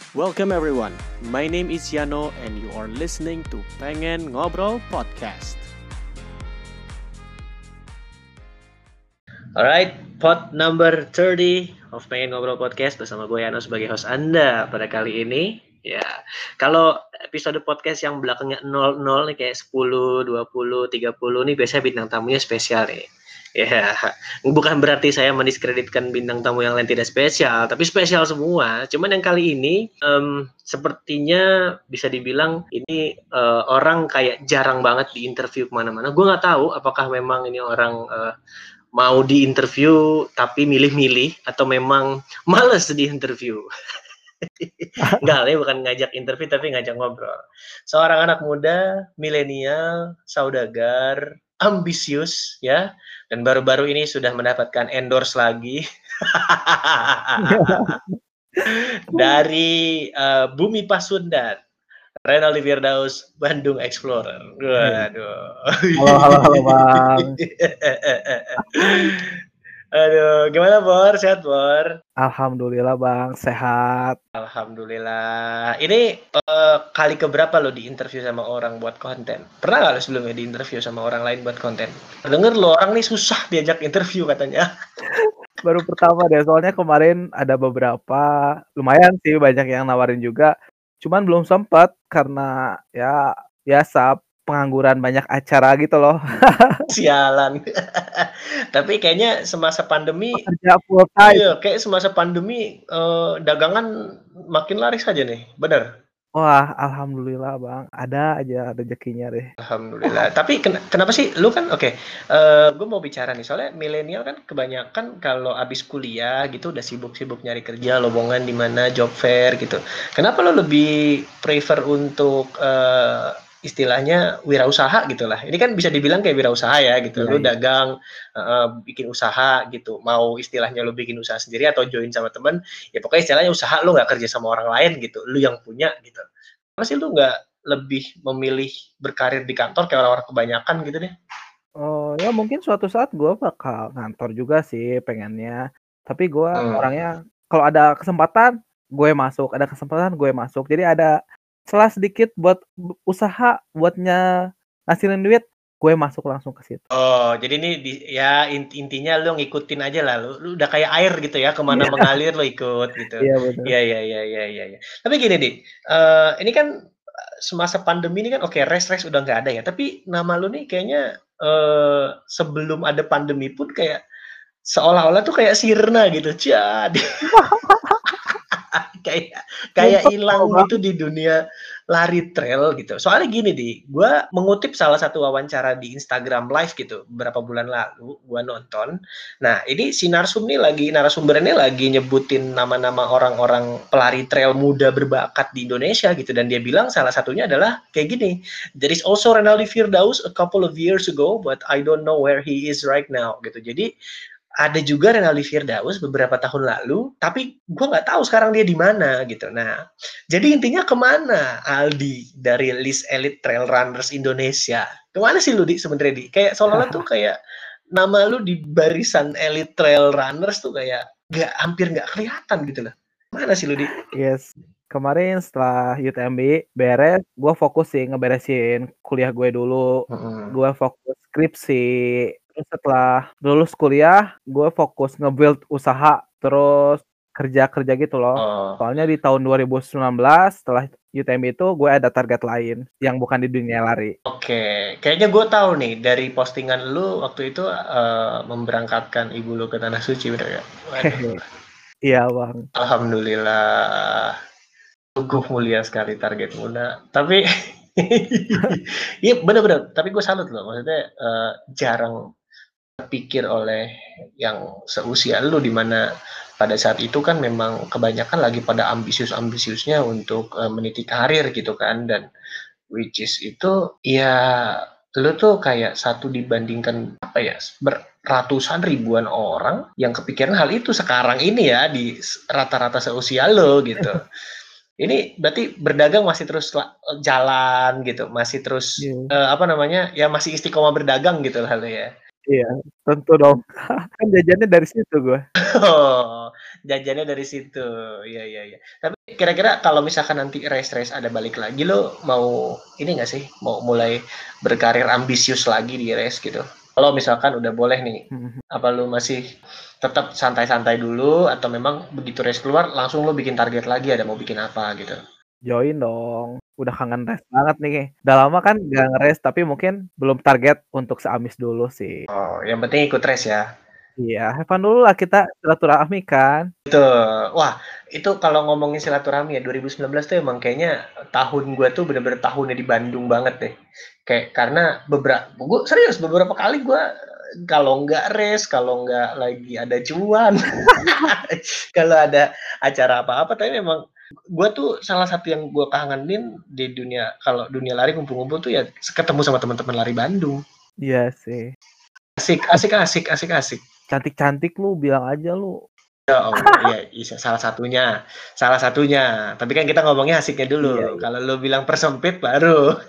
Welcome everyone. My name is Yano and you are listening to Pengen Ngobrol Podcast. Alright, pod number 30 of Pengen Ngobrol Podcast bersama gue Yano sebagai host Anda pada kali ini. Ya, kalau episode podcast yang belakangnya 00 nih kayak 10, 20, 30 nih biasanya bintang tamunya spesial nih. Ya, bukan berarti saya mendiskreditkan bintang tamu yang lain tidak spesial, tapi spesial semua. Cuman yang kali ini sepertinya bisa dibilang ini orang kayak jarang banget di interview kemana-mana. Gue nggak tahu apakah memang ini orang mau diinterview tapi milih-milih atau memang males diinterview. Enggak, ini bukan ngajak interview tapi ngajak ngobrol. Seorang anak muda, milenial, saudagar, ambisius ya, dan baru-baru ini sudah mendapatkan endorse lagi dari Bumi Pasundan. Renaldi Firdaus, Bandung Explorer. Waduh. Halo Bang. Aduh, gimana Bor? Sehat Bor? Alhamdulillah Bang, sehat. Alhamdulillah. Ini kali keberapa lo diinterview sama orang buat konten? Pernah nggak lo sebelumnya diinterview sama orang lain buat konten? Dengar lo orang nih susah diajak interview katanya. Baru pertama deh, soalnya kemarin ada beberapa, lumayan sih banyak yang nawarin juga. Cuman belum sempat karena ya biasa pengangguran banyak acara gitu loh. Sialan. Tapi kayaknya semasa pandemi, Kerja full time. iya, kayak semasa pandemi dagangan makin laris aja nih, bener? Wah, alhamdulillah Bang, ada aja rezekinya deh. Alhamdulillah. Tapi kenapa sih lu kan oke, gue mau bicara nih soalnya milenial kan kebanyakan kalau abis kuliah gitu udah sibuk-sibuk nyari kerja, lowongan di mana, job fair gitu. Kenapa lo lebih prefer untuk istilahnya wirausaha gitu lah. Ini kan bisa dibilang kayak wirausaha ya gitu. Iya, Lu iya. dagang, bikin usaha gitu. Mau istilahnya lu bikin usaha sendiri atau join sama temen, ya pokoknya istilahnya usaha lu nggak kerja sama orang lain gitu. Lu yang punya gitu. Kenapa sih lu nggak lebih memilih berkarir di kantor kayak orang-orang kebanyakan gitu deh? Oh ya mungkin suatu saat gue bakal ngantor juga sih pengennya. Tapi gue orangnya kalau ada kesempatan gue masuk, ada kesempatan gue masuk. Jadi ada celah sedikit buat usaha buatnya ngasilin duit, gue masuk langsung ke situ. Oh, jadi ini ya intinya lu ngikutin aja lah, lu udah kayak air gitu ya, kemana Iya. mengalir lu ikut gitu. Iya betul. Iya iya iya iya iya. Ya. Tapi gini Dik, ini kan semasa pandemi ini kan oke res udah nggak ada ya, tapi nama lu nih kayaknya sebelum ada pandemi pun kayak seolah-olah tuh kayak sirna gitu, jadi kayak hilang gitu di dunia lari trail gitu. Soalnya gini gue mengutip salah satu wawancara di Instagram Live gitu beberapa bulan lalu, gue nonton. Nah ini si narasumbernya lagi nyebutin nama-nama orang-orang pelari trail muda berbakat di Indonesia gitu, dan dia bilang salah satunya adalah kayak gini. There is also Renaldi Firdaus a couple of years ago, but I don't know where he is right now gitu. Jadi ada juga Renaldi Firdaus beberapa tahun lalu, tapi gue nggak tahu sekarang dia di mana gitu. Nah, jadi intinya kemana Aldi dari list elite trail runners Indonesia? Kemana sih lu di sebenarnya di? Kayak seolah-olah tuh kayak nama lu di barisan elite trail runners tuh kayak hampir nggak kelihatan gitu loh. Mana sih lu di? Yes. Kemarin setelah UTMB beres, gue fokus sih ngeberesin kuliah gue dulu. Gue fokus skripsi. Terus setelah lulus kuliah, gue fokus nge-build usaha. Terus kerja gitu loh. Soalnya di tahun 2019 setelah UTMB itu gue ada target lain yang bukan di dunia lari. Oke, kayaknya gue tahu nih dari postingan lu waktu itu memberangkatkan ibu lu ke Tanah Suci, bener ya? Iya bang. Alhamdulillah. Sungguh mulia sekali target muda. Tapi iya benar-benar. Tapi gue salut loh. Maksudnya jarang terpikir oleh yang seusia lu, di mana pada saat itu kan memang kebanyakan lagi pada ambisiusnya untuk meniti karir gitu kan, dan which is itu ya lu tuh kayak satu dibandingkan apa ya ratusan ribuan orang yang kepikiran hal itu sekarang ini ya di rata-rata seusia lo gitu. Ini berarti berdagang masih terus jalan gitu, masih terus masih istiqomah berdagang gitu lah lo ya. Iya, tentu dong. Kan jajannya dari situ gue. Oh, jajannya dari situ. Iya, iya, iya. Tapi kira-kira kalau misalkan nanti race ada balik lagi, lo mau ini nggak sih? Mau mulai berkarir ambisius lagi di race gitu? Kalau misalkan udah boleh nih, apa lo masih tetap santai-santai dulu atau memang begitu race keluar langsung lo bikin target lagi ada mau bikin apa gitu? Join dong. Udah kangen race banget nih. Udah lama kan gak nge-race, tapi mungkin belum target untuk seamis dulu sih. Oh, yang penting ikut race ya. Iya, have fun dulu lah kita silaturahmi kan. Betul. Wah, itu kalau ngomongin silaturahmi ya 2019 tuh emang kayaknya tahun gue tuh bener-bener tahunnya di Bandung banget deh. Kayak karena beberapa kali gue kalau nggak race, kalau nggak lagi ada cuan, kalau ada acara apa-apa, tapi memang gue tuh salah satu yang gue kangenin di dunia kalau dunia lari kumpul-kumpul tuh ya ketemu sama teman-teman lari Bandung. Iya sih. Asik. Cantik-cantik lu bilang aja lu. Oh iya, salah satunya. Tapi kan kita ngomongnya asiknya dulu. Iya. Kalau lu bilang persempit baru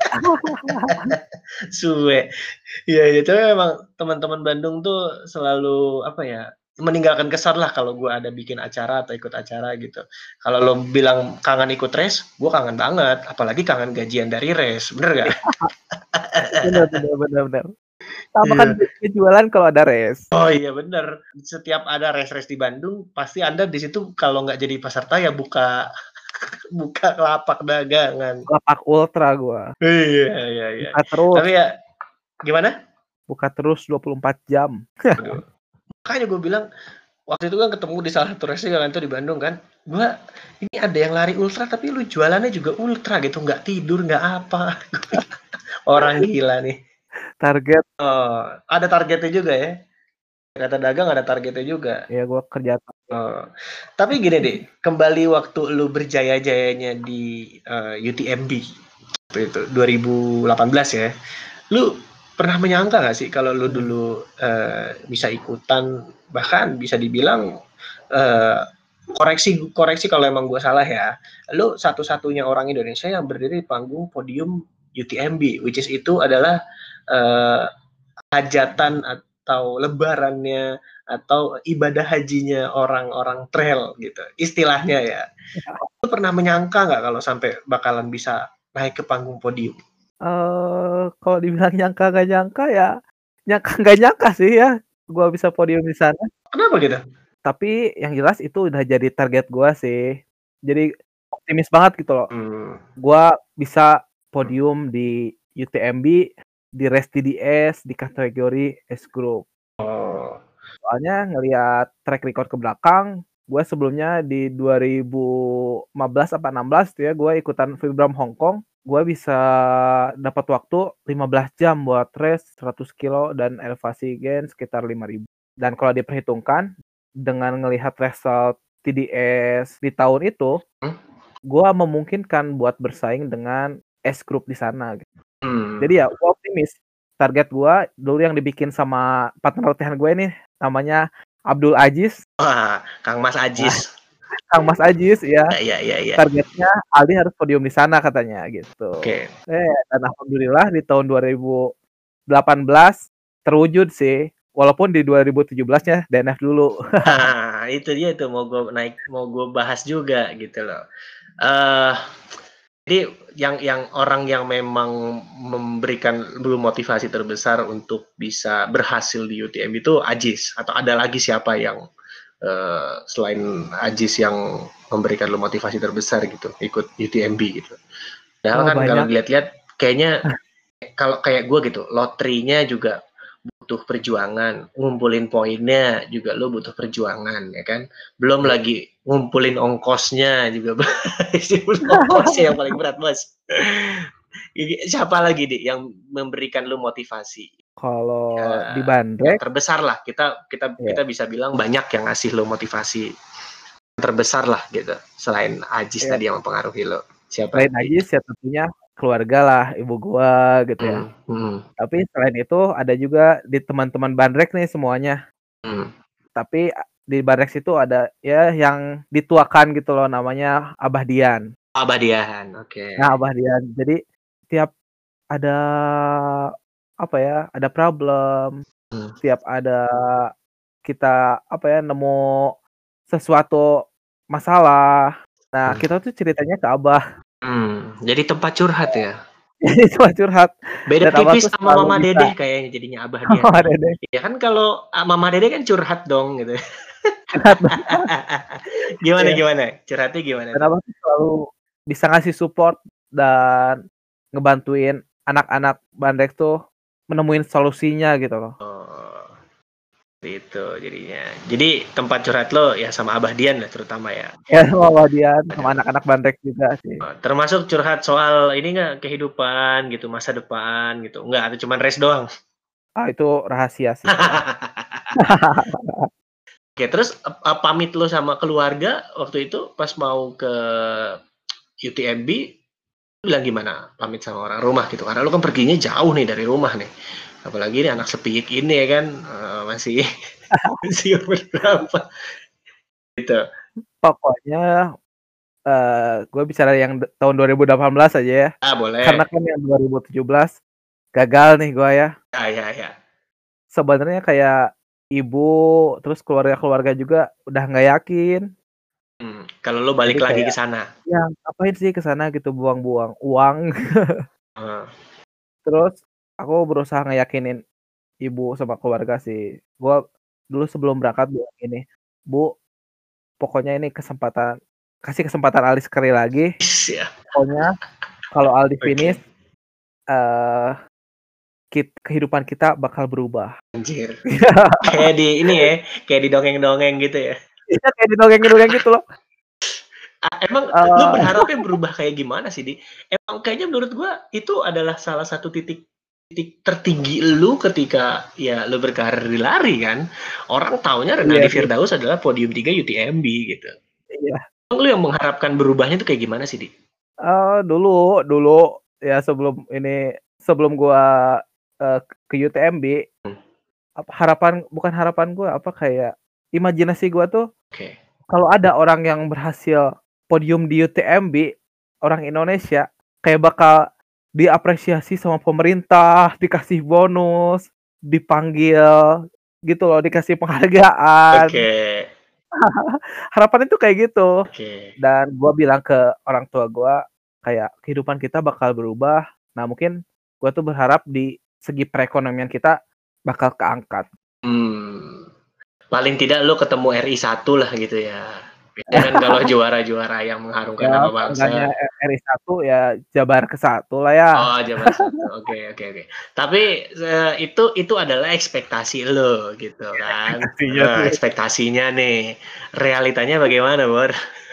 suwe. Iya, tapi memang teman-teman Bandung tuh selalu apa ya? Meninggalkan kesan lah kalau gue ada bikin acara atau ikut acara gitu. Kalau lo bilang kangen ikut race, gue kangen banget. Apalagi kangen gajian dari race, bener gak? Bener. Sama kan jualan kalau ada race. Oh iya bener. Setiap ada race di Bandung, pasti Anda di situ kalau nggak jadi peserta ya buka lapak dagangan. Lapak ultra gua. Iya. Buka terus. Tapi ya gimana? Buka terus 24 jam. Aduh. Makanya gue bilang waktu itu kan ketemu di salah satu race kan tuh di Bandung kan. Ini ada yang lari ultra tapi lu jualannya juga ultra gitu, nggak tidur nggak apa. Orang gila nih. Target. Oh, ada targetnya juga ya. Kata dagang ada targetnya juga. Ya gue kerja. Oh. Tapi gini deh, kembali waktu lu berjaya-jayanya di UTMB itu 2018 ya. Lu pernah menyangka nggak sih kalau lu dulu bisa ikutan, bahkan bisa dibilang koreksi kalau emang gue salah ya, lu satu-satunya orang Indonesia yang berdiri di panggung podium UTMB, which is itu adalah hajatan atau lebarannya atau ibadah hajinya orang-orang trail gitu, istilahnya ya. Lu pernah menyangka nggak kalau sampai bakalan bisa naik ke panggung podium? Kalau dibilang nyangka gak nyangka ya, nyangka gak nyangka sih ya, gue bisa podium di sana. Kenapa gitu? Tapi yang jelas itu udah jadi target gue sih. Jadi optimis banget gitu loh. Gue bisa podium di UTMB, di race TDS, di kategori S Group. Soalnya ngelihat track record ke belakang, gue sebelumnya di 2015 apa 16 tuh ya, gue ikutan Vibram Hong Kong. Gue bisa dapat waktu 15 jam buat race 100 kilo dan elevasi gain sekitar 5.000. Dan kalau diperhitungkan dengan ngelihat result TDS di tahun itu, gue memungkinkan buat bersaing dengan S Group di sana. Gitu. Jadi ya gue optimis. Target gue dulu yang dibikin sama partner latihan gue nih, namanya Abdul Aziz. Wah, Kang Mas Aziz. Kang Mas Aziz ya. Iya. Targetnya Aldi harus podium di sana katanya gitu. Oke. Dan alhamdulillah di tahun 2018 terwujud sih. Walaupun di 2017-nya DNF dulu. Nah, itu dia tuh mau gue bahas juga gitu loh. Jadi yang orang yang memang memberikan motivasi terbesar untuk bisa berhasil di UTMB itu Aziz, atau ada lagi siapa yang selain Aziz yang memberikan lo motivasi terbesar gitu ikut UTMB gitu? Padahal kan kalau dilihat-lihat kayaknya kalau kayak gue gitu, lotrinya juga butuh perjuangan, ngumpulin poinnya juga lo butuh perjuangan ya kan, belum lagi ngumpulin ongkosnya juga. Ongkosnya yang paling berat bos. Siapa lagi deh yang memberikan lo motivasi? Kalau di Bandrek terbesar lah, kita bisa bilang banyak yang ngasih lo motivasi terbesar lah gitu, selain Aziz tadi yang mempengaruhi lo. Siapa? Selain Aziz ya tentunya keluarga lah, ibu gua gitu ya. Tapi selain itu ada juga di teman-teman Bandrek nih semuanya. Tapi di Bandrek itu ada ya yang dituakan gitu loh, namanya Abah Dian. Oke. Nah, Abah Dian. Jadi tiap ada apa ya, ada problem, tiap ada kita apa ya nemu sesuatu masalah. Nah, kita tuh ceritanya ke Abah. Jadi tempat curhat ya. Jadi cuma curhat. Beda Dan Abah tipis tuh sama selalu Mama bisa. Dedeh kayaknya jadinya Abah Dian. Mama Dedeh. Ya kan kalau Mama Dedeh kan curhat dong gitu. Curhat dong. Gimana Iya. gimana? Curhatnya gimana Dan tuh? Abah tuh selalu bisa ngasih support dan ngebantuin anak-anak bandrek tuh menemuin solusinya gitu loh. Oh, itu jadinya. Jadi tempat curhat lo ya sama Abah Dian lah terutama ya. Ya sama Abah Dian, sama anak-anak bandrek juga sih. Termasuk curhat soal ini nggak kehidupan gitu, masa depan gitu. Nggak, atau cuman res doang. Itu rahasia sih kalau itu. Oke, terus pamit lo sama keluarga waktu itu pas mau ke UTMB, lu bilang gimana? Pamit sama orang rumah gitu. Karena lu kan perginya jauh nih dari rumah nih. Apalagi ini anak sepiyik ini ya kan masih masih umur berapa gitu. Pokoknya gue bicara yang tahun 2018 aja ya. Karena Boleh. kan yang 2017 gagal nih gue ya. Ya. Sebenarnya kayak ibu terus keluarga-keluarga juga udah nggak yakin. Kalau lo balik Jadi lagi ke kayak, sana. ya ngapain sih ke sana gitu buang-buang uang. Terus aku berusaha ngeyakinin ibu sama keluarga sih. Gue dulu sebelum berangkat bilang gini, Bu, pokoknya ini kasih kesempatan Aldi sekali lagi. Ya. Pokoknya kalau Aldi finish, Okay. kehidupan kita bakal berubah. Anjir. Kayak di ini ya, kayak di dongeng-dongeng gitu ya. Iya kayak di dongeng-dongeng gitu loh. Emang lu berharapnya berubah kayak gimana sih, Di? Emang kayaknya menurut gua itu adalah salah satu titik tertinggi lu ketika ya lu berkarir di lari kan. Orang taunya Iya Renaldi sih. Firdaus adalah podium 3 UTMB gitu. Iya. Lu yang mengharapkan berubahnya itu kayak gimana sih, Di? Dulu ya sebelum gua ke UTMB, bukan harapan gua, kayak imajinasi gua tuh kalau ada orang yang berhasil podium di UTMB, orang Indonesia kayak bakal diapresiasi sama pemerintah, dikasih bonus, dipanggil gitu loh, dikasih penghargaan. Harapan itu kayak gitu. Dan gua bilang ke orang tua gua kayak kehidupan kita bakal berubah. Nah, mungkin gua tuh berharap di segi perekonomian kita bakal keangkat. Paling tidak lu ketemu RI 1 lah gitu ya. Biasanya kan kalau juara-juara yang mengharumkan Ya, nama seenggaknya bangsa. RI 1 ya Jabar ke 1 lah ya. Oh, Jabar 1. Oke. Tapi itu adalah ekspektasi lo gitu kan. Ekspektasinya nih. Realitanya bagaimana, Bor?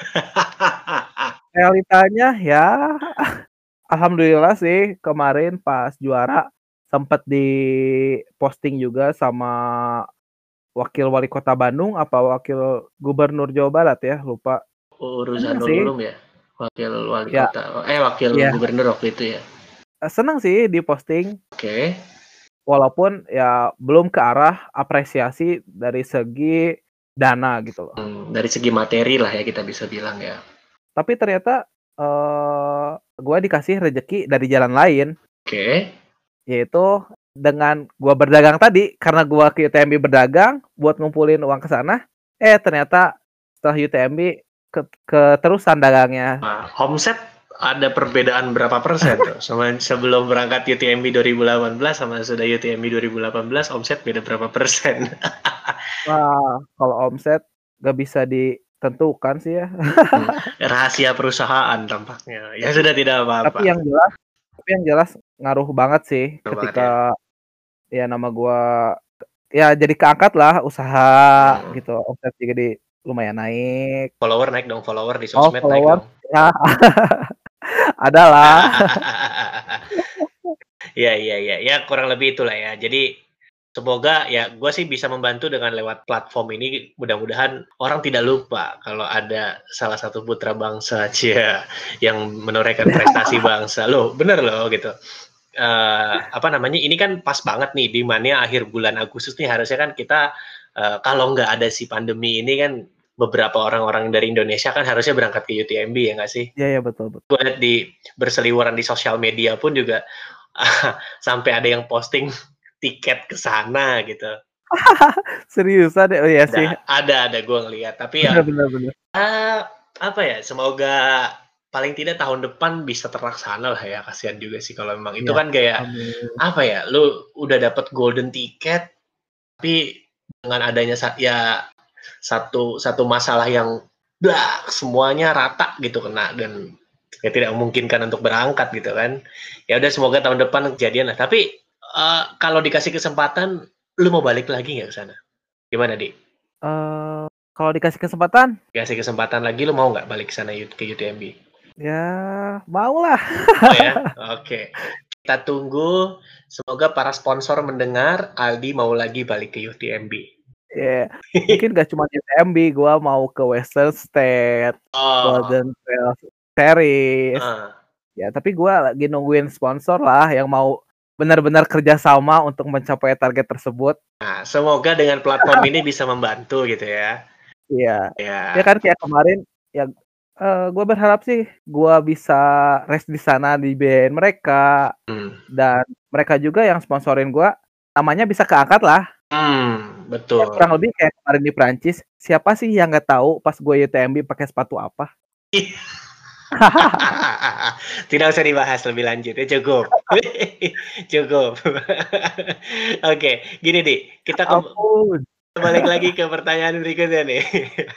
Realitanya ya alhamdulillah sih kemarin pas juara sempat di-posting juga sama wakil wali kota Bandung apa wakil gubernur Jawa Barat ya, lupa. Ruzanul Ulum ya? Wakil wali Ya. kota. Wakil gubernur waktu itu ya. Senang sih di-posting. Oke. Walaupun ya belum ke arah apresiasi dari segi dana gitu loh. Dari segi materi lah ya kita bisa bilang ya. Tapi ternyata gue dikasih rezeki dari jalan lain. Oke. Yaitu dengan gue berdagang tadi, karena gue ke UTMB berdagang buat ngumpulin uang ke sana. Ternyata setelah UTMB keterusan dagangnya. Omset ada perbedaan berapa persen tuh? Sebelum berangkat UTMB 2018 sama sudah UTMB 2018 omset beda berapa persen? Wah, kalau omset gak bisa ditentukan sih ya. Rahasia perusahaan tampaknya. Ya sudah tidak apa-apa. Tapi yang jelas ngaruh banget sih ketika ya nama gua ya jadi keangkat lah usaha gitu, omset jadi lumayan naik. Follower naik dong, follower di sosmed naik dong. Ya. Ada lah. Ya kurang lebih itulah ya. Jadi semoga ya gue sih bisa membantu dengan lewat platform ini. Mudah-mudahan orang tidak lupa kalau ada salah satu putra bangsa yang menorehkan prestasi bangsa. Bener loh gitu. Ini kan pas banget nih di mana akhir bulan Agustus nih harusnya kan kita kalau nggak ada si pandemi ini kan beberapa orang-orang dari Indonesia kan harusnya berangkat ke UTMB ya nggak sih? Iya betul. Gue lihat berseliweran di sosial media pun juga sampai ada yang posting tiket ke sana gitu. Seriusan ya? Oh iya sih. Ada gue ngeliat. Tapi ya Bener. apa ya? Semoga paling tidak tahun depan bisa terlaksana lah ya. Kasihan juga sih kalau memang itu Iya, kan kayak amin. apa ya? Lu udah dapet golden ticket, tapi dengan adanya satu masalah yang semuanya rata gitu kena dan ya tidak memungkinkan untuk berangkat gitu kan. Ya udah semoga tahun depan kejadian lah. Tapi kalau dikasih kesempatan, lu mau balik lagi nggak ke sana? Gimana, Dik? Kalau dikasih kesempatan, Dikasih kesempatan lagi, lu mau nggak balik ke sana ke UTMB? ya mau lah. Oh ya, oke. Kita tunggu. Semoga para sponsor mendengar. Aldi mau lagi balik ke UTMB. Ya, mungkin gak cuma di UTMB, gue mau ke Western State, Golden Trail Series. Ya, tapi gue lagi nungguin sponsor lah yang mau benar-benar kerjasama untuk mencapai target tersebut. Nah, semoga dengan platform ini bisa membantu gitu ya. Iya. Ya. Ya kan kayak kemarin, ya gue berharap sih gue bisa race di sana di band mereka. Dan mereka juga yang sponsorin gue, namanya bisa keangkat lah. Betul. Ya, kurang lebih kayak kemarin di Prancis, siapa sih yang nggak tahu pas gue UTMB pakai sepatu apa? Tidak usah dibahas lebih lanjut ya, cukup. Cukup. Oke, gini Dik, kita balik lagi ke pertanyaan berikutnya nih.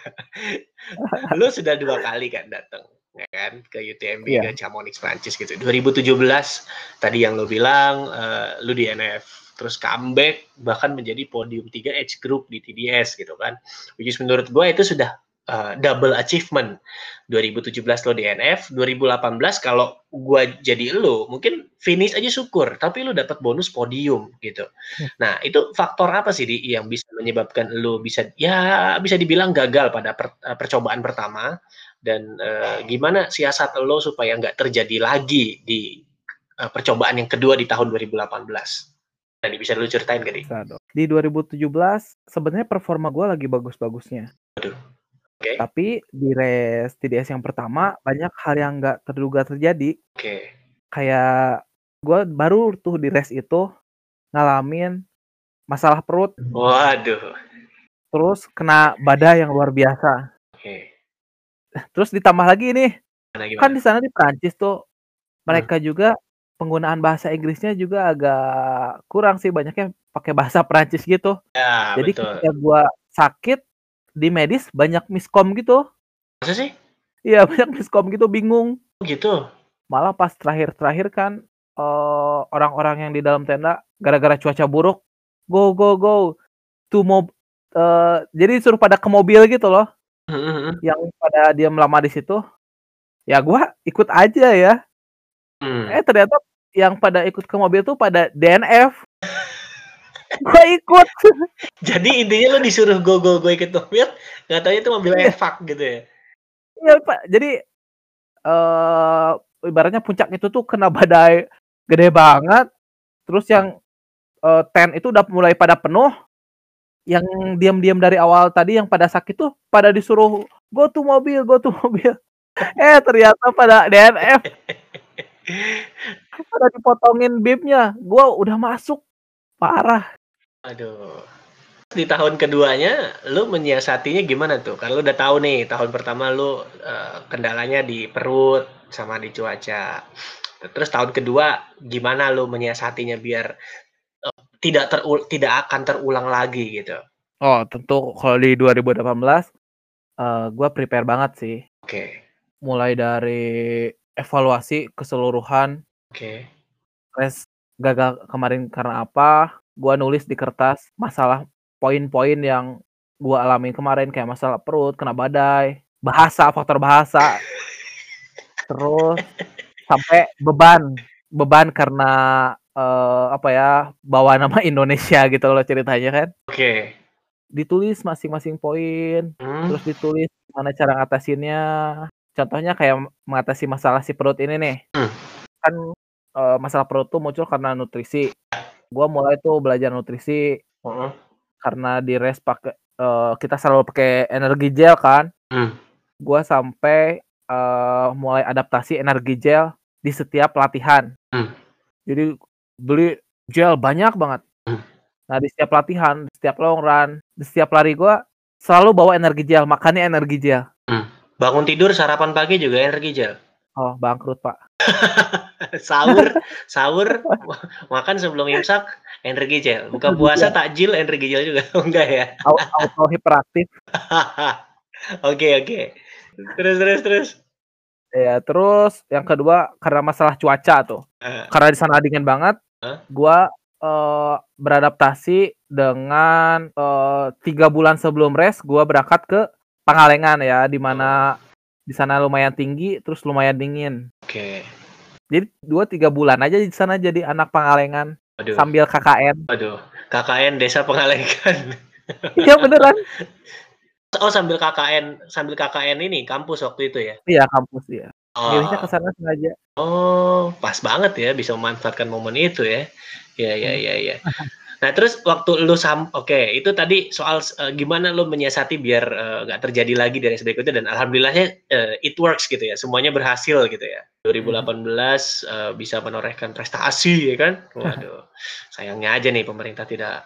Lu sudah 2 kali kan datang, ya kan, ke UTMB ke Chamonix Prancis gitu. 2017 tadi yang lu bilang lu di NF, terus comeback bahkan menjadi podium 3 age group di TDS gitu kan. Which is menurut gue itu sudah double achievement. 2017 lo di NF, 2018 kalau gua jadi lo, mungkin finish aja syukur, tapi lo dapat bonus podium gitu. Nah, itu faktor apa sih yang bisa menyebabkan lo bisa dibilang gagal pada percobaan pertama dan gimana siasat lo supaya nggak terjadi lagi di percobaan yang kedua di tahun 2018? Tadi bisa lu ceritain gak, Dik? Di 2017 sebenarnya performa gue lagi bagus-bagusnya. Aduh. Tapi di race TDS yang pertama banyak hal yang nggak terduga terjadi. Kayak gue baru tuh di race itu ngalamin masalah perut. Waduh. Terus kena badai yang luar biasa. Terus ditambah lagi nih, kan di sana di Prancis tuh mereka juga penggunaan bahasa Inggrisnya juga agak kurang sih, banyaknya pakai bahasa Prancis gitu. Ya, jadi betul. ketika gue sakit di medis banyak miskom gitu. Masa sih? Iya, banyak miskom gitu, bingung. Gitu. Malah pas terakhir kan orang-orang yang di dalam tenda gara-gara cuaca buruk, go jadi suruh pada ke mobil gitu loh. Yang pada diam lama di situ. Ya gue ikut aja ya. Ternyata yang pada ikut ke mobil tuh pada DNF. Gue ikut. Jadi intinya lo disuruh go ikut mobil, nggak tahu itu mobil evak gitu ya? Iya Pak, jadi ibaratnya puncak itu tuh kena badai gede banget, terus yang tent itu udah mulai pada penuh, yang diam-diam dari awal tadi yang pada sakit tuh pada disuruh go to mobil. Ternyata pada DNF. Pada dipotongin bibnya, gue udah masuk, parah. Aduh. Di tahun keduanya, lu menyiasatinya gimana tuh? Kalau lu udah tahu nih, tahun pertama lu kendalanya di perut sama di cuaca. Terus tahun kedua, gimana lu menyiasatinya biar tidak akan terulang lagi gitu? Oh, tentu kalau di 2018, gue prepare banget sih. Mulai dari evaluasi keseluruhan. Race gagal kemarin karena apa? Gua nulis di kertas masalah poin-poin yang gua alami kemarin kayak masalah perut, kena badai, faktor bahasa. Terus sampai beban karena bawa nama Indonesia gitu loh ceritanya kan. Ditulis masing-masing poin, terus ditulis gimana cara ngatasinnya. Contohnya kayak mengatasi masalah si perut ini nih. Kan masalah perut tuh muncul karena nutrisi. Gua mulai tuh belajar nutrisi karena di race kita selalu pakai energi gel kan. Gua sampai mulai adaptasi energi gel di setiap latihan. Jadi beli gel banyak banget. Nah, di setiap latihan, di setiap long run, di setiap lari gue selalu bawa energi gel, makannya energi gel. Bangun tidur, sarapan pagi juga energi gel. Oh, bangkrut, Pak. sahur, makan sebelum imsak, energi gel. Buka puasa, takjil, energi gel juga. Enggak ya? Auto hiperaktif. Oke. Terus. Ya, terus yang kedua karena masalah cuaca tuh. Karena di sana dingin banget, gua beradaptasi dengan 3 bulan sebelum race gua berangkat ke Pangalengan ya, di mana di sana lumayan tinggi terus lumayan dingin. Oke. Jadi 2-3 bulan aja di sana jadi anak Pangalengan. Sambil KKN. KKN Desa Pangalengan. Iya beneran. Oh, sambil KKN ini kampus waktu itu ya? Iya, kampus ya. Milihnya ke sana sengaja. Oh, pas banget ya bisa memanfaatkan momen itu ya. Ya. Nah, terus waktu lu itu tadi soal gimana lu menyiasati biar nggak terjadi lagi dari race berikutnya, dan alhamdulillahnya it works gitu ya. Semuanya berhasil gitu ya. 2018 bisa menorehkan prestasi ya kan. Waduh. Sayangnya aja nih pemerintah tidak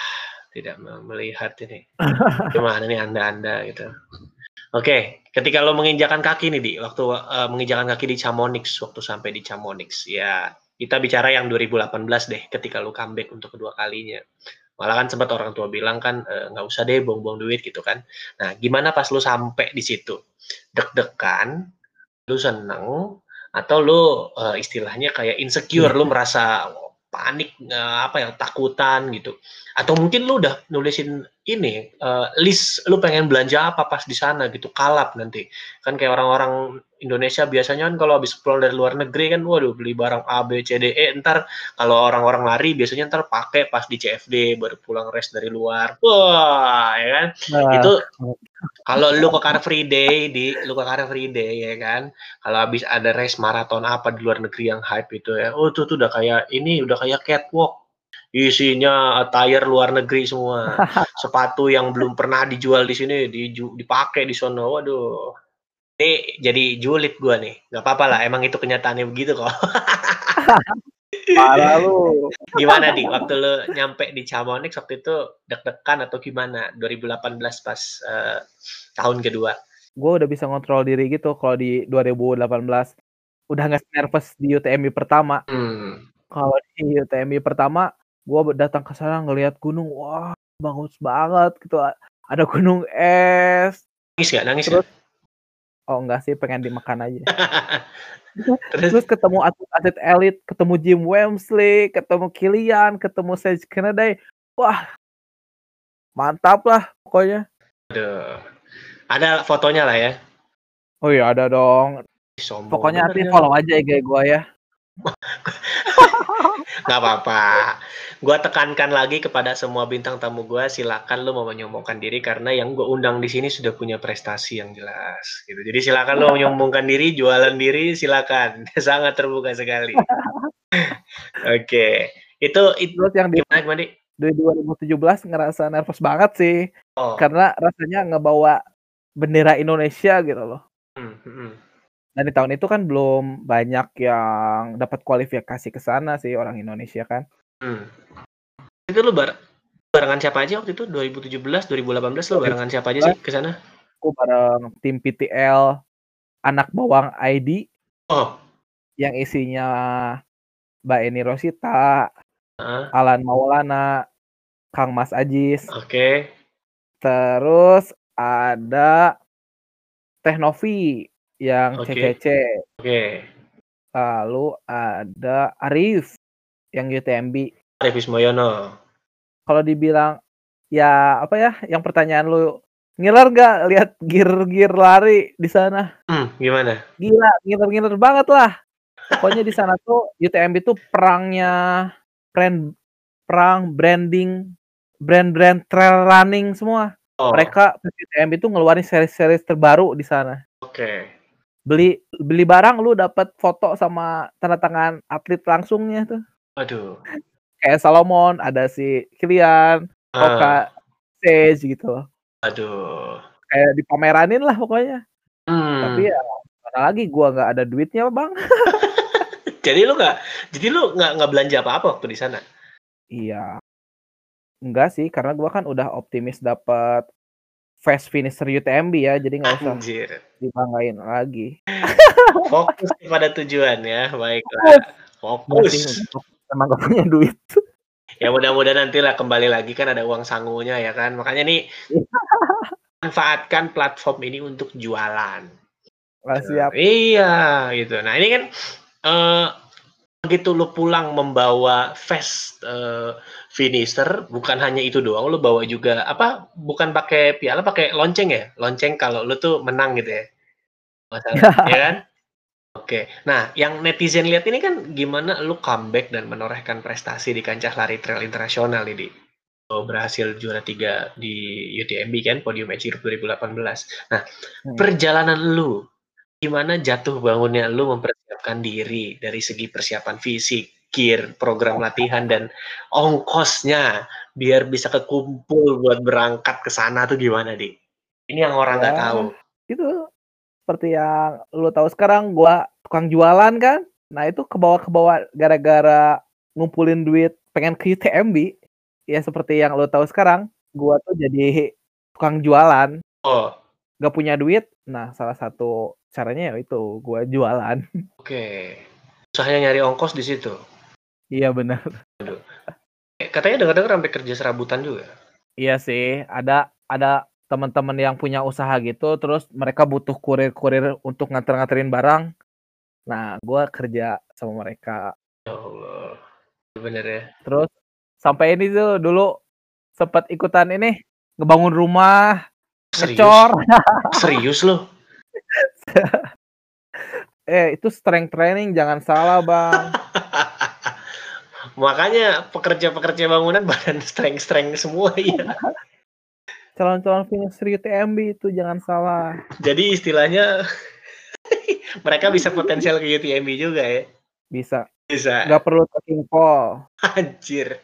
melihat ini. Gimana nih Anda gitu. Oke, ketika lo menginjakan kaki nih, waktu menginjakan kaki di Chamonix, waktu sampai di Chamonix, ya kita bicara yang 2018 deh, ketika lo comeback untuk kedua kalinya. Malah kan sempat orang tua bilang kan, nggak usah deh buang-buang duit gitu kan. Nah, gimana pas lo sampai di situ? Deg-degan, lo seneng, atau lo istilahnya kayak insecure, lo merasa panik, takutan gitu. Atau mungkin lu udah nulisin ini list lu pengen belanja apa pas di sana gitu, kalap nanti. Kan kayak orang-orang Indonesia biasanya kan kalau habis pulang dari luar negeri kan, waduh beli barang A, B, C, D, E, ntar kalau orang-orang lari biasanya ntar pakai pas di CFD baru pulang race dari luar. Wah, ya kan? Itu kalau lu ke Car Free Day ya kan. Kalau habis ada race maraton apa di luar negeri yang hype itu ya. Oh, tuh udah kayak catwalk. Isinya attire luar negeri semua. Sepatu yang belum pernah dijual di sini dipakai di sono. Waduh. Ini jadi julid gua nih. Gak apa-apa lah, emang itu kenyataannya begitu kok. Parah lu. Gimana di waktu lu nyampe di Chamonix waktu itu deg-degan atau gimana 2018 pas tahun kedua? Gue udah bisa ngontrol diri gitu kalau di 2018. Udah nggak nervous di UTMB pertama. Kalau di UTMB pertama, gue datang ke sana ngelihat gunung, wah bagus banget gitu. Ada gunung es. Nangis terus, oh enggak sih, pengen dimakan aja. Terus ketemu atlet elit, ketemu Jim Wamsley, ketemu Kilian, ketemu Sage Kennedy. Wah, mantap lah pokoknya. Aduh. Ada fotonya lah ya? Oh iya ada dong. Pokoknya nanti follow aja IG gue ya. Nggak apa-apa. Gue tekankan lagi kepada semua bintang tamu gue, silakan lo mau menyombongkan diri karena yang gue undang di sini sudah punya prestasi yang jelas. Gitu. Jadi silakan lo menyombongkan diri, jualan diri, silakan. Sangat terbuka sekali. Oke. Itu yang gimana? Di 2017 ngerasa nervous banget sih. Karena rasanya ngebawa bendera Indonesia gitu loh. Dan di tahun itu kan belum banyak yang dapat kualifikasi ke sana sih orang Indonesia kan. Itu lu barengan siapa aja waktu itu? 2017, 2018 lu barengan siapa aja sih ke sana? Aku bareng tim PTL Anak Bawang ID. Yang isinya Mbak Eni Rosita, Alan Maulana, Kang Mas Ajis. Oke. Terus ada Teknovi yang CCC. Oke. Lalu ada Arif yang UTMB. Arif Ismoyono. Kalau dibilang ya apa ya, yang pertanyaan lu ngiler nggak lihat gear lari di sana? Gimana? Gila, ngiler banget lah. Pokoknya di sana tuh UTMB tuh perang branding, brand trail running semua. Mereka UTMB tuh ngeluarin seri-seri terbaru di sana. Oke. Beli barang lu dapat foto sama tanda tangan atlet langsungnya tuh. Aduh. Kayak Salomon, ada si Kilian, Oka, Sage gitu. Aduh. Kayak dipameranin lah pokoknya. Tapi ya mana lagi, gua nggak ada duitnya bang. Jadi lu nggak belanja apa-apa waktu di sana? Iya. Enggak sih, karena gua kan udah optimis dapat fast finisher UTMB ya, jadi nggak usah Anjir. dibanggain lagi. Fokus kepada tujuan ya, baiklah. Fokus. Enggak sih, Fokus. emang gak punya duit. Ya mudah-mudahan nanti lah kembali lagi kan ada uang sangunya ya kan. Makanya nih manfaatkan platform ini untuk jualan. Nggak siap. Iya gitu. Nah ini kan begitu lu pulang membawa fast finisher, bukan hanya itu doang, lu bawa juga apa? Bukan pakai piala, pakai lonceng ya? Lonceng kalau lu tuh menang gitu ya? Masalah, ya kan? Oke. Nah, yang netizen lihat ini kan gimana lu comeback dan menorehkan prestasi di kancah lari trail internasional ini. Lu berhasil juara 3 di UTMB kan, podium Edge Europe 2018. Nah, perjalanan lu, gimana jatuh bangunnya lu mempersiapkan diri dari segi persiapan fisik, gear, program latihan, dan ongkosnya biar bisa kekumpul buat berangkat ke sana tuh gimana, Di? Ini yang orang nggak tahu. Itu seperti yang lu tahu sekarang gua tukang jualan kan. Nah, itu kebawa gara-gara ngumpulin duit pengen ke UTMB. Ya seperti yang lu tahu sekarang, gua tuh jadi tukang jualan. Oh, Gak punya duit. Nah, salah satu caranya ya itu gua jualan. oke. Usahanya nyari ongkos di situ. Iya benar. Aduh. Katanya dengar-dengar sampai kerja serabutan juga. Iya sih, ada teman-teman yang punya usaha gitu, terus mereka butuh kurir-kurir untuk nganter-nganterin barang. Nah, gua kerja sama mereka. Ya Allah, bener ya. Terus sampai ini tuh dulu sempat ikutan ini ngebangun rumah, Serius? ngecor. Serius loh? Itu strength training, jangan salah, Bang. Makanya pekerja-pekerja bangunan badan strength semua ya. Calon-calon finisher UTMB itu jangan salah. Jadi istilahnya mereka bisa potensial ke UTMB juga ya. Bisa. Bisa. Nggak perlu tracking pole. Anjir.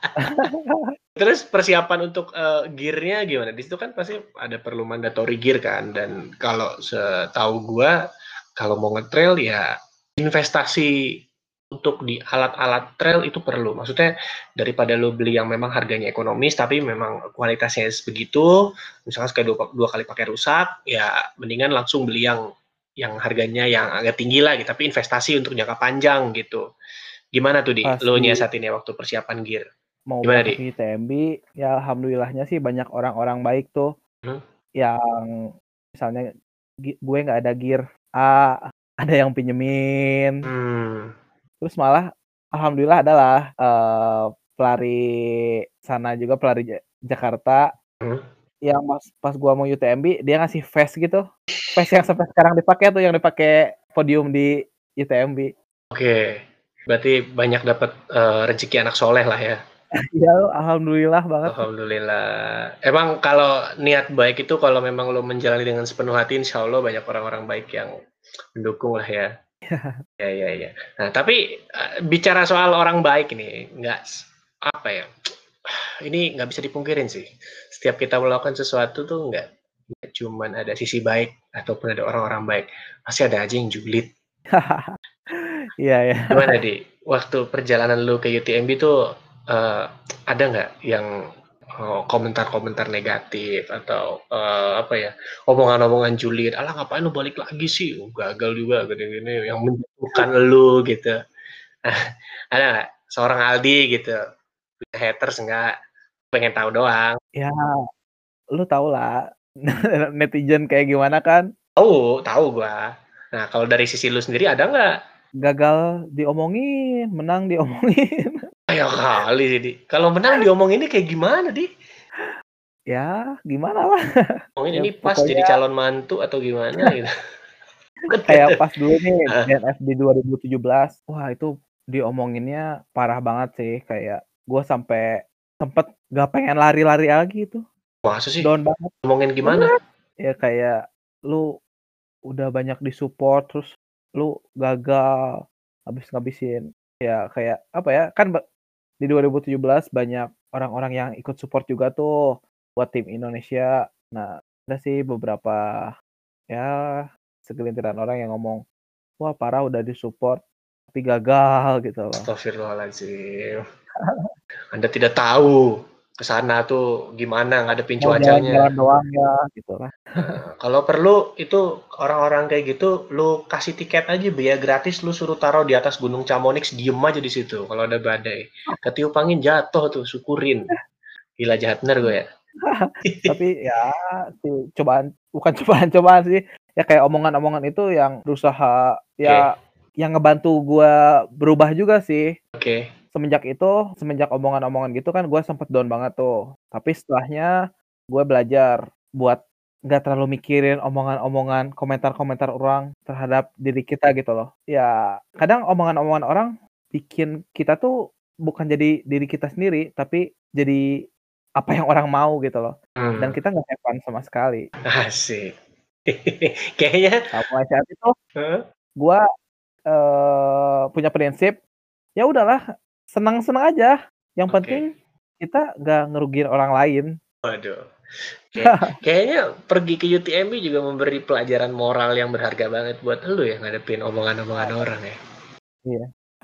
Terus persiapan untuk gear-nya gimana? Di situ kan pasti ada perlu mandatory gear kan, dan kalau setahu gua kalau mau nge-trail ya investasi untuk di alat-alat trail itu perlu. Maksudnya daripada lo beli yang memang harganya ekonomis tapi memang kualitasnya begitu, misalnya sekali dua kali pakai rusak, ya mendingan langsung beli yang harganya yang agak tinggi lah gitu, tapi investasi untuk jangka panjang gitu. Gimana tuh, Di? Pas Lo di nyiasatin ya waktu persiapan gear? mau Gimana, berangkat Di? ke UTMB, ya alhamdulillahnya sih banyak orang-orang baik tuh Hmm? yang misalnya gue nggak ada gear A, ada yang pinjemin. Terus malah alhamdulillah adalah pelari sana juga, pelari Jakarta yang pas gua mau UTMB dia ngasih vest gitu. Vest yang sampai sekarang dipakai tuh, yang dipakai podium di UTMB. Oke. Berarti banyak dapat rezeki anak soleh lah ya. Iya, alhamdulillah banget. Alhamdulillah. Emang kalau niat baik itu kalau memang lo menjalani dengan sepenuh hati, insya Allah banyak orang-orang baik yang mendukung lah ya. Ya. Nah, tapi bicara soal orang baik ini, nggak apa ya? Ini nggak bisa dipungkirin sih. Setiap kita melakukan sesuatu tuh nggak cuman ada sisi baik ataupun ada orang-orang baik. Pasti ada aja yang julid. Iya ya. Gimana, Di? Waktu perjalanan lu ke UTMB tuh ada nggak yang komentar-komentar negatif atau apa ya, omongan-omongan julid, alah ngapain lu balik lagi sih, gagal juga gini-gini, yang menjatuhkan lu gitu. Ada nggak seorang Aldi gitu, punya haters nggak? Pengen tahu doang. Ya, lu tau lah netizen kayak gimana kan? Tahu gua. Nah, kalau dari sisi lu sendiri ada nggak? Gagal diomongin, menang diomongin. Ya kali, Di. Kalau menang diomonginnya kayak gimana, Di? Ya, gimana lah. Ngomongin Ya ini pas pokoknya jadi calon mantu atau gimana gitu. kayak pas dulu nih DNF di 2017. Wah, itu diomonginnya parah banget sih, kayak gue sampai sempet gak pengen lari-lari lagi itu. Masa sih? Down banget. Ngomongin gimana? Bener. Ya kayak lu udah banyak disupport terus lu gagal ngabisin. Ya kayak apa ya? Kan di 2017 banyak orang-orang yang ikut support juga tuh buat tim Indonesia. Nah, ada sih beberapa ya segelintiran orang yang ngomong, wah parah udah disupport tapi gagal gitu loh. Astagfirullahaladzim. Anda tidak tahu ke sana tuh gimana ngadepin Mau cuacanya. jalan-jalan doang ya, gitu lah. Kalau perlu itu orang-orang kayak gitu, lu kasih tiket aja biaya gratis, lu suruh taruh di atas Gunung Chamonix, diem aja di situ kalau ada badai. Ketiup angin jatuh tuh, syukurin. Gila jahat bener gue ya. Tapi ya cobaan, bukan cobaan-cobaan sih, ya kayak omongan-omongan itu yang berusaha ya yang ngebantu gua berubah juga sih. Oke. Semenjak omongan-omongan gitu kan gue sempet down banget tuh. Tapi setelahnya gue belajar buat nggak terlalu mikirin omongan-omongan, komentar-komentar orang terhadap diri kita gitu loh. Ya kadang omongan-omongan orang bikin kita tuh bukan jadi diri kita sendiri, tapi jadi apa yang orang mau gitu loh. Dan kita nggak have fun sama sekali. Asik. Kayaknya Nah, mulai saat itu Heeh. gue punya prinsip, ya udahlah senang-senang aja. Yang penting kita nggak ngerugiin orang lain. Waduh. Kayaknya pergi ke UTMB juga memberi pelajaran moral yang berharga banget buat lu ya ngadepin omongan-omongan orang ya. Iya.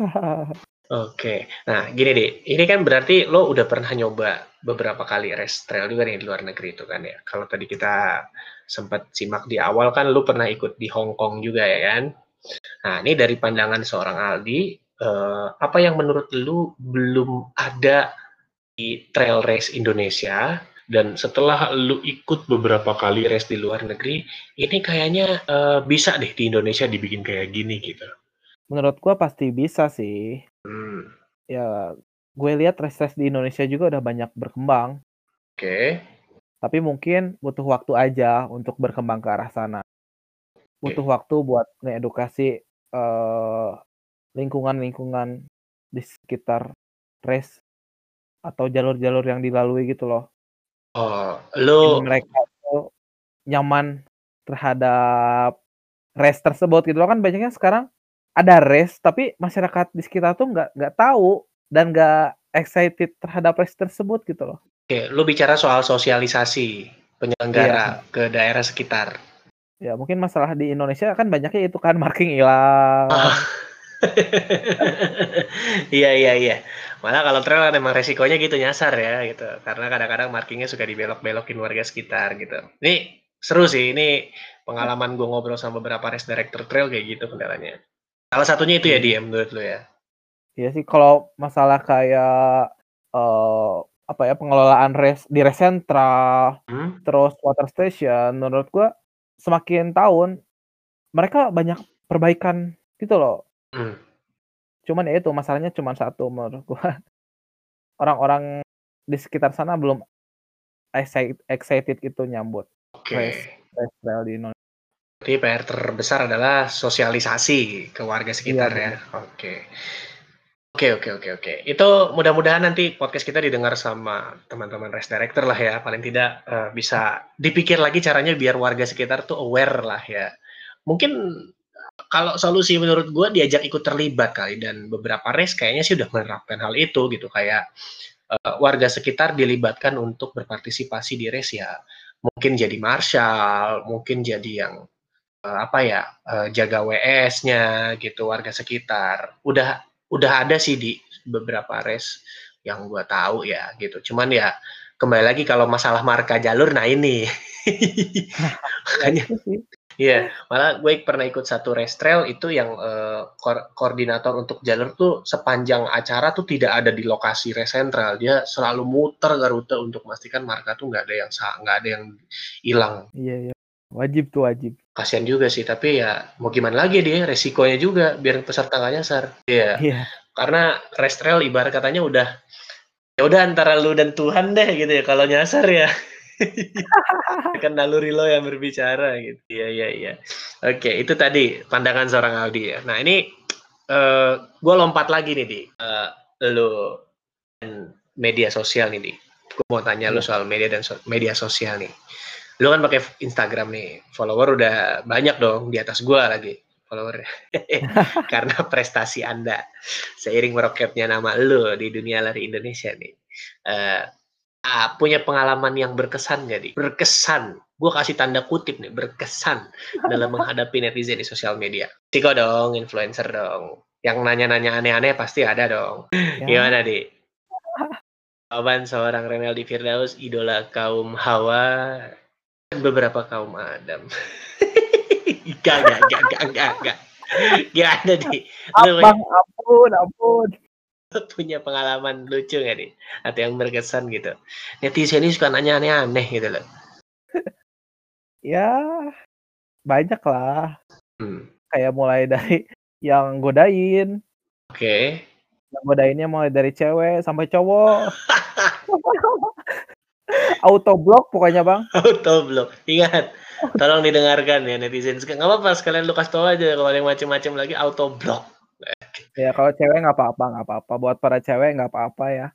Oke. Nah, gini deh. Ini kan berarti lo udah pernah nyoba beberapa kali race trail juga nih di luar negeri itu kan ya. Kalau tadi kita sempat simak di awal kan lo pernah ikut di Hong Kong juga ya kan. Nah, ini dari pandangan seorang Aldi, apa yang menurut lu belum ada di trail race Indonesia, dan setelah lu ikut beberapa kali race di luar negeri, ini kayaknya bisa deh di Indonesia dibikin kayak gini gitu. Menurut gua pasti bisa sih. Ya, gue lihat race-race di Indonesia juga udah banyak berkembang. Oke. Tapi mungkin butuh waktu aja untuk berkembang ke arah sana. Butuh waktu buat ngedukasi lingkungan-lingkungan di sekitar race atau jalur-jalur yang dilalui gitu loh. Oh, Bikin lu mereka tuh nyaman terhadap race tersebut gitu loh. Kan banyaknya sekarang ada race tapi masyarakat di sekitar tuh nggak tahu dan nggak excited terhadap race tersebut gitu loh. Oke, lu bicara soal sosialisasi Iya. penyelenggara ke daerah sekitar. Ya mungkin masalah di Indonesia kan banyaknya itu kan marking hilang. Iya, iya, iya. Malah kalau trail kan emang resikonya gitu nyasar ya gitu. Karena kadang-kadang markingnya suka dibelok-belokin warga sekitar gitu. Ini seru sih, ini pengalaman gue ngobrol sama beberapa race director trail kayak gitu kendalanya. Salah satunya itu ya Iya. dia menurut lu ya. Iya sih kalau masalah kayak apa ya pengelolaan race di race central, terus water station menurut gua semakin tahun mereka banyak perbaikan gitu loh. Cuman ya itu masalahnya cuma satu menurut gua. Orang-orang di sekitar sana belum excited gitu nyambut race trail di Indonesia. Jadi PR terbesar adalah sosialisasi ke warga Iya sekitar ya. bener. Oke. Oke. Itu mudah-mudahan nanti podcast kita didengar sama teman-teman race director lah ya. Paling tidak bisa dipikir lagi caranya biar warga sekitar tuh aware lah ya. Mungkin kalau solusi menurut gue diajak ikut terlibat kali, dan beberapa race kayaknya sih udah menerapkan hal itu gitu. Kayak warga sekitar dilibatkan untuk berpartisipasi di race ya. Mungkin jadi marshal, mungkin jadi yang jaga WS-nya gitu, warga sekitar. Udah ada sih di beberapa race yang gua tahu ya gitu. Cuman ya kembali lagi kalau masalah marka jalur, nah ini. Makanya iya, malah gue pernah ikut satu race trail itu yang koordinator untuk jalur tuh sepanjang acara tuh tidak ada di lokasi race central. Dia selalu muter ke rute untuk memastikan marka tuh nggak ada yang hilang. Iya. Wajib tuh wajib. Kasian juga sih, tapi ya mau gimana lagi dia, resikonya juga biar peserta nggak nyasar. Iya. Iya. Karena race trail ibarat katanya ya udah antara lu dan Tuhan deh gitu ya. Kalau nyasar ya kan naluri lo yang berbicara gitu. Iya. Oke, itu tadi pandangan seorang Aldi ya. Nah, ini gue lompat lagi nih di lu dan media sosial nih, Di. Gue mau tanya lu soal media sosial nih. Lu kan pakai Instagram nih, follower udah banyak dong, di atas gua lagi follower. Karena prestasi Anda seiring meroketnya nama lu di dunia lari Indonesia nih. Punya pengalaman yang berkesan nggak, Di? Berkesan. Gua kasih tanda kutip nih, berkesan dalam menghadapi netizen di sosial media. Tiko dong, influencer dong. Yang nanya-nanya aneh-aneh pasti ada dong. Ya. Gimana, Di? Jawaban seorang Renaldi Firdaus, idola kaum Hawa dan beberapa kaum Adam. Gak. Gak ada nih. Bang, ampun. Lu punya pengalaman lucu gak nih? Atau yang berkesan gitu? Netizen ini suka nanya aneh-aneh gitu loh. Ya, banyak lah. Hmm. Kayak mulai dari yang godain. Oke. Yang godainnya mulai dari cewek sampai cowok. Autoblok pokoknya, Bang. Autoblok. Ingat, tolong didengarkan ya netizen. Nggak apa-apa, sekalian lu kasih tau aja kalau ada yang macem-macem lagi, autoblok. Ya kalau cewek nggak apa-apa. Buat para cewek nggak apa-apa ya.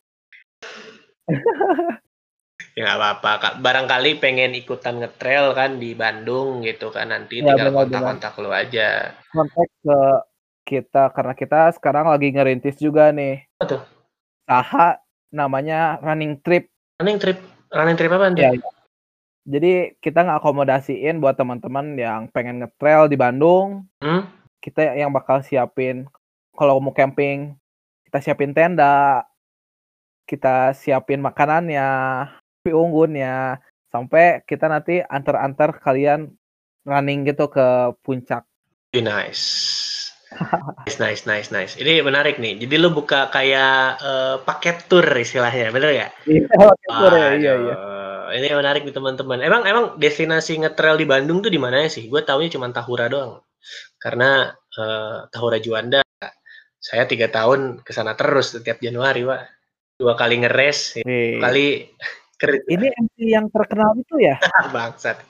Ya nggak apa-apa, Kak. Barangkali pengen ikutan ngetrail kan di Bandung gitu kan. Nanti Ya tinggal benar-benar. kontak-kontak lu aja. Kontak ke kita karena kita sekarang lagi ngerintis juga nih. Apa tuh? Usaha namanya Running Trip. Running trip apa tuh? Ya. Jadi kita ngakomodasiin buat teman-teman yang pengen ngetrail di Bandung. Kita yang bakal siapin kalau mau camping, kita siapin tenda, kita siapin makanannya, unggunnya, sampai kita nanti antar kalian running gitu ke puncak. Nice. Nice. Ini menarik nih. Jadi lu buka kayak paket tour istilahnya, bener nggak? Iya, paket tour ya. Iya. Ini menarik nih teman-teman. Emang destinasi ngetrail di Bandung tuh di mana sih? Gue taunya cuma Tahura doang. Karena Tahura Juanda, saya 3 tahun kesana terus setiap Januari, Pak. 2 kali ngeres, 2 kali keren. Ini MC yang terkenal itu ya? Bangsat.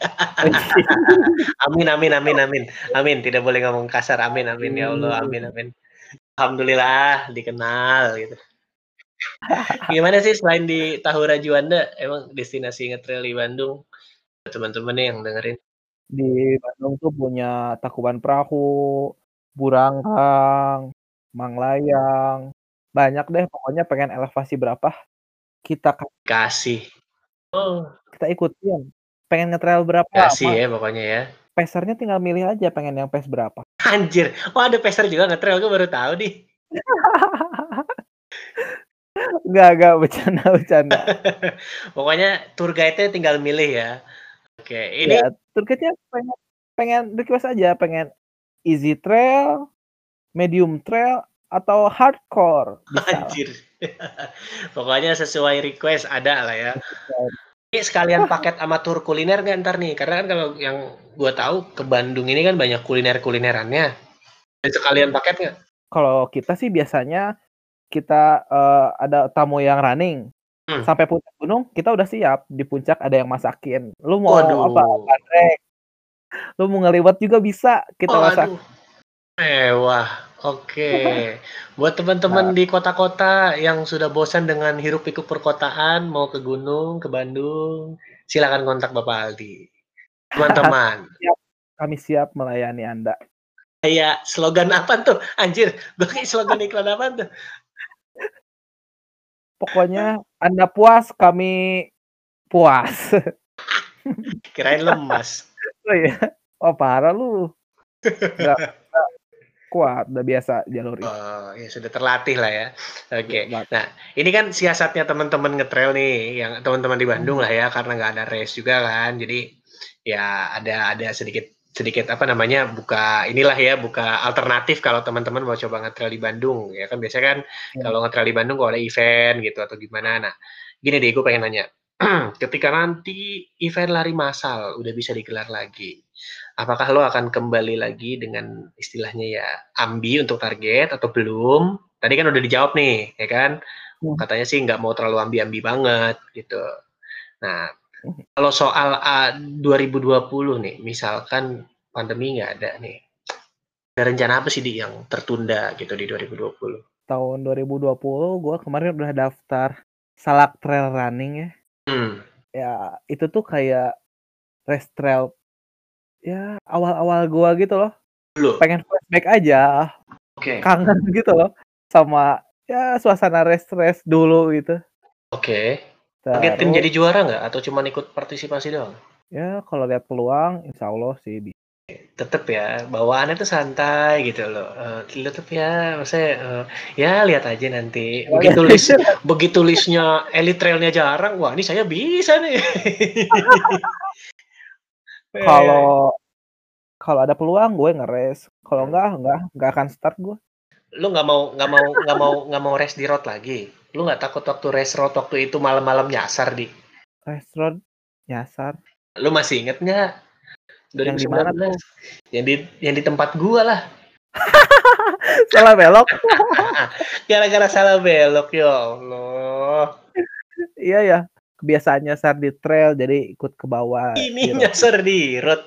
Amin. Tidak boleh ngomong kasar. Amin. Ya Allah, amin. Alhamdulillah dikenal gitu. Gimana sih selain di Tahura Juanda, emang destinasi ngetrail di Bandung? Teman-teman nih yang dengerin. Di Bandung tuh punya Tangkuban Perahu, Burangkang, Manglayang. Banyak deh pokoknya pengen elevasi berapa kita kasih. Oh. Kita ikutin. Pengen ngetrail berapa kasih ya pokoknya ya. Pesernya tinggal milih aja pengen yang pace berapa. Anjir. Oh ada peser juga ngetrail, gue baru tahu nih. Enggak, bercanda. Pokoknya tour guide-nya tinggal milih ya. Oke, ini ya, tour guide-nya pengen request aja, pengen easy trail, medium trail, atau hardcore. Bisa. Anjir. Pokoknya sesuai request ada lah ya. Ini sekalian paket sama tur kuliner nggak ntar nih? Karena kan kalau yang gue tahu ke Bandung ini kan banyak kulinerannya. Dan sekalian paket nggak? Kalau kita sih biasanya kita ada tamu yang running. Sampai puncak gunung kita udah siap. Di puncak ada yang masakin. Lu mau apa? Bandrek. Lu mau ngeliwat juga bisa kita masak. Mewah. Oke. Buat teman-teman di kota-kota yang sudah bosan dengan hiruk pikuk perkotaan, mau ke gunung, ke Bandung, silakan kontak Bapak Aldi. Teman-teman. Kami siap melayani Anda. Kayak slogan apa tuh? Anjir, gue kayak slogan iklan apa tuh? Pokoknya Anda puas, kami puas. Kirain lemas. Oh iya. Oh parah lu. Nggak kuat, udah biasa jalur itu. Oh, ya sudah terlatih lah ya. Oke. Nah, ini kan siasatnya teman-teman ngetrail nih, yang teman-teman di Bandung lah ya, karena nggak ada race juga kan. Jadi ya ada sedikit apa namanya buka alternatif kalau teman-teman mau coba ngetrail di Bandung ya kan biasanya kan kalau ngetrail di Bandung kalau ada event gitu atau gimana. Nah, gini deh, gue pengen nanya. Ketika nanti event lari massal udah bisa digelar lagi, apakah lo akan kembali lagi dengan istilahnya ya ambi untuk target atau belum? Tadi kan udah dijawab nih, ya kan? Katanya sih nggak mau terlalu ambi-ambi banget gitu. Nah, kalau soal 2020 nih, misalkan pandemi nggak ada nih, ada rencana apa sih yang tertunda gitu di 2020? Tahun 2020 gue kemarin udah daftar Salak Trail Running ya. Ya itu tuh kayak race trail ya awal-awal gue gitu loh. Pengen flashback aja. Kangen gitu loh sama ya suasana race dulu gitu. Target tim jadi juara nggak atau cuma ikut partisipasi doang? Ya kalau lihat peluang insya Allah sih. tetap ya bawaannya tuh santai gitu loh. Tetap ya, maksudnya ya lihat aja nanti. Begitu listnya elite trailnya jarang, wah ini saya bisa nih. Kalau ada peluang gue nge-race. Kalau enggak akan start gue. Lu nggak mau race di road lagi. Lu nggak takut waktu race road waktu itu malam-malam nyasar di? Race road nyasar. Lu masih inget nggak? 2019. Yang di mana tuh? Yang di tempat gua lah. Salah belok. Gara-gara salah belok ya Allah. Iya ya. Kebiasaan nyasar di trail jadi ikut ke bawah. Ini nyasar di road.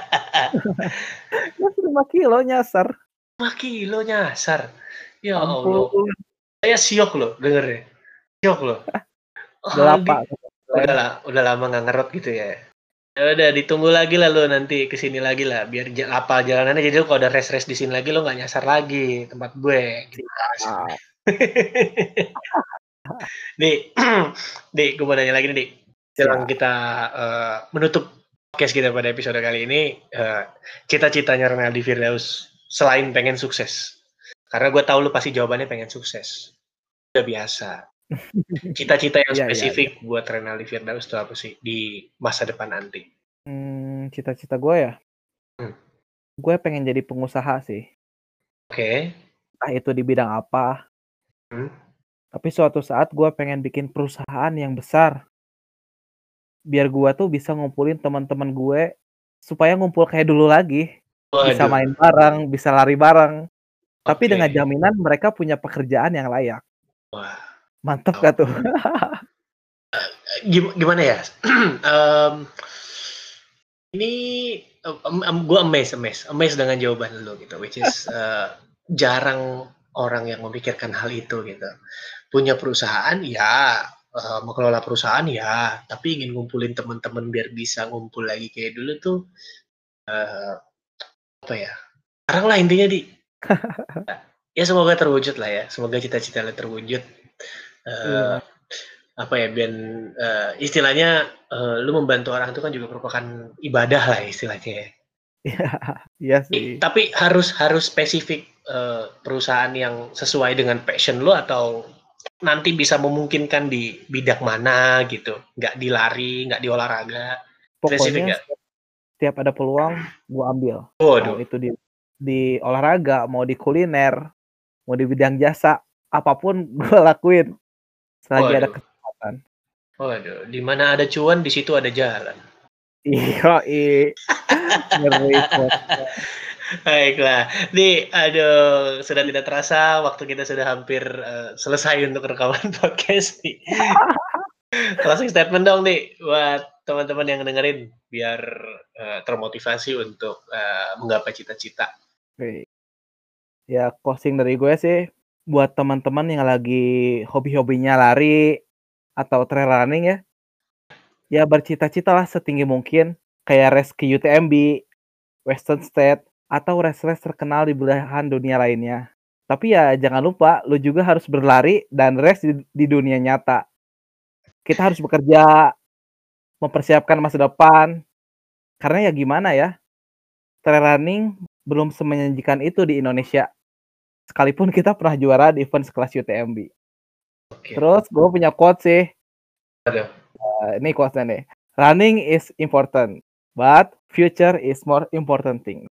5 kilo nyasar. 5 kilo nyasar. Ya Ampun. Allah. Saya syok loh dengernya. Syok loh. Udah lama nggak ngerot gitu ya. Ya udah ditunggu lagi lah lo nanti kesini lagi lah biar apa jalanannya, jadi lo kalau ada race di sini lagi lo nggak nyasar lagi tempat gue. Dik, gue mau nanya lagi nih, Dik. Jelang kita menutup podcast kita pada episode kali ini, cita-citanya Renaldi Firdaus selain pengen sukses, karena gue tahu lu pasti jawabannya pengen sukses. Udah biasa. Cita-cita yang spesifik buat Renaldi Firdaus itu apa sih di masa depan nanti? Cita-cita gue ya? Gue pengen jadi pengusaha sih. Oke. Entah itu di bidang apa. Tapi suatu saat gue pengen bikin perusahaan yang besar. Biar gue tuh bisa ngumpulin teman-teman gue supaya ngumpul kayak dulu lagi. Bisa main bareng, bisa lari bareng. Tapi dengan jaminan mereka punya pekerjaan yang layak. Wah. Mantap gak tuh? Gimana ya? Ini gue amazed dengan jawaban lo gitu, which is jarang orang yang memikirkan hal itu gitu. Punya perusahaan ya, mengelola perusahaan ya, tapi ingin ngumpulin teman-teman biar bisa ngumpul lagi kayak dulu tuh apa ya? Sekarang lah intinya di. Ya semoga terwujud lah ya, semoga cita-citanya terwujud. Apa ya, biar istilahnya lu membantu orang itu kan juga merupakan ibadah lah istilahnya ya. Iya sih. Tapi harus spesifik perusahaan yang sesuai dengan passion lu atau nanti bisa memungkinkan di bidang mana gitu, nggak di lari, nggak di olahraga. Pokoknya setiap ada peluang gue ambil. Mau itu di olahraga, mau di kuliner, mau di bidang jasa, apapun gue lakuin selagi ada kesempatan. Waduh, di mana ada cuan di situ ada jalan. Iya, ngeri. Baiklah, nih, aduh, sudah tidak terasa waktu kita sudah hampir selesai untuk rekaman podcast nih. Closing statement dong nih buat teman-teman yang dengerin biar termotivasi untuk menggapai cita-cita. Oke. Ya, closing dari gue sih buat teman-teman yang lagi hobi-hobinya lari atau trail running ya. Ya bercita-citalah setinggi mungkin kayak race ke UTMB, Western State, atau race-race terkenal di belahan dunia lainnya. Tapi ya jangan lupa lu juga harus berlari dan race di dunia nyata. Kita harus bekerja, mempersiapkan masa depan. Karena ya gimana ya, trail running belum semenjanjikan itu di Indonesia. Sekalipun kita pernah juara di event sekelas UTMB. Terus gue punya quote sih. Ini quote-nya nih. Running is important, but future is more important thing.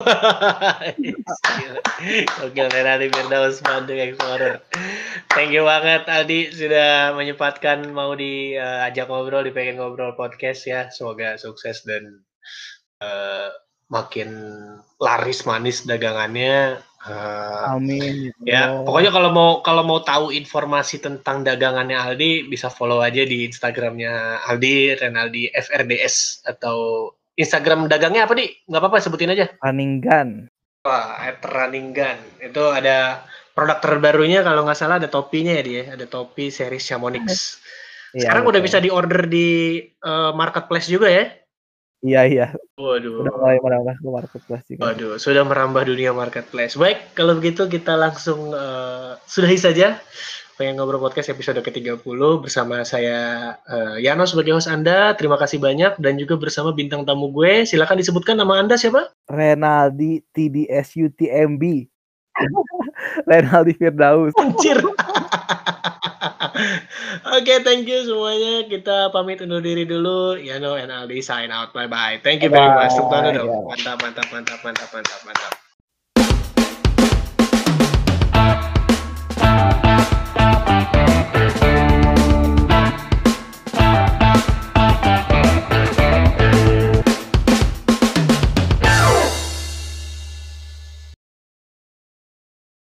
Oke, Renaldi Firdaus Bandung Explorer. Thank you banget Aldi sudah menyempatkan mau diajak ngobrol di Pengen Ngobrol Podcast ya. Semoga sukses dan makin laris manis dagangannya. Amin. Ya, pokoknya kalau mau tahu informasi tentang dagangannya Aldi bisa follow aja di Instagramnya Aldi, Renaldi FRDS, atau Instagram dagangnya apa nih? Nggak apa-apa, sebutin aja. Running Gun. Wah, @running gun. Itu ada produk terbarunya kalau nggak salah ada topinya ya dia, ada topi series Chamonix. Sekarang udah bisa diorder di marketplace juga ya? Iya. Waduh. Udah mulai merambah ke marketplace juga. Waduh, sudah merambah dunia marketplace. Baik, kalau begitu kita langsung sudahi saja Pengen Ngobrol Podcast episode ke-30 bersama saya Yano sebagai host Anda. Terima kasih banyak dan juga bersama bintang tamu gue. Silakan disebutkan nama Anda siapa? Renaldi TDSUTMB. Renaldi Firdaus. Anjir. Oke, thank you semuanya. Kita pamit undur diri dulu. Yano and Aldi sign out. Bye bye. Thank you very much. Tepuk tangan dong. Mantap.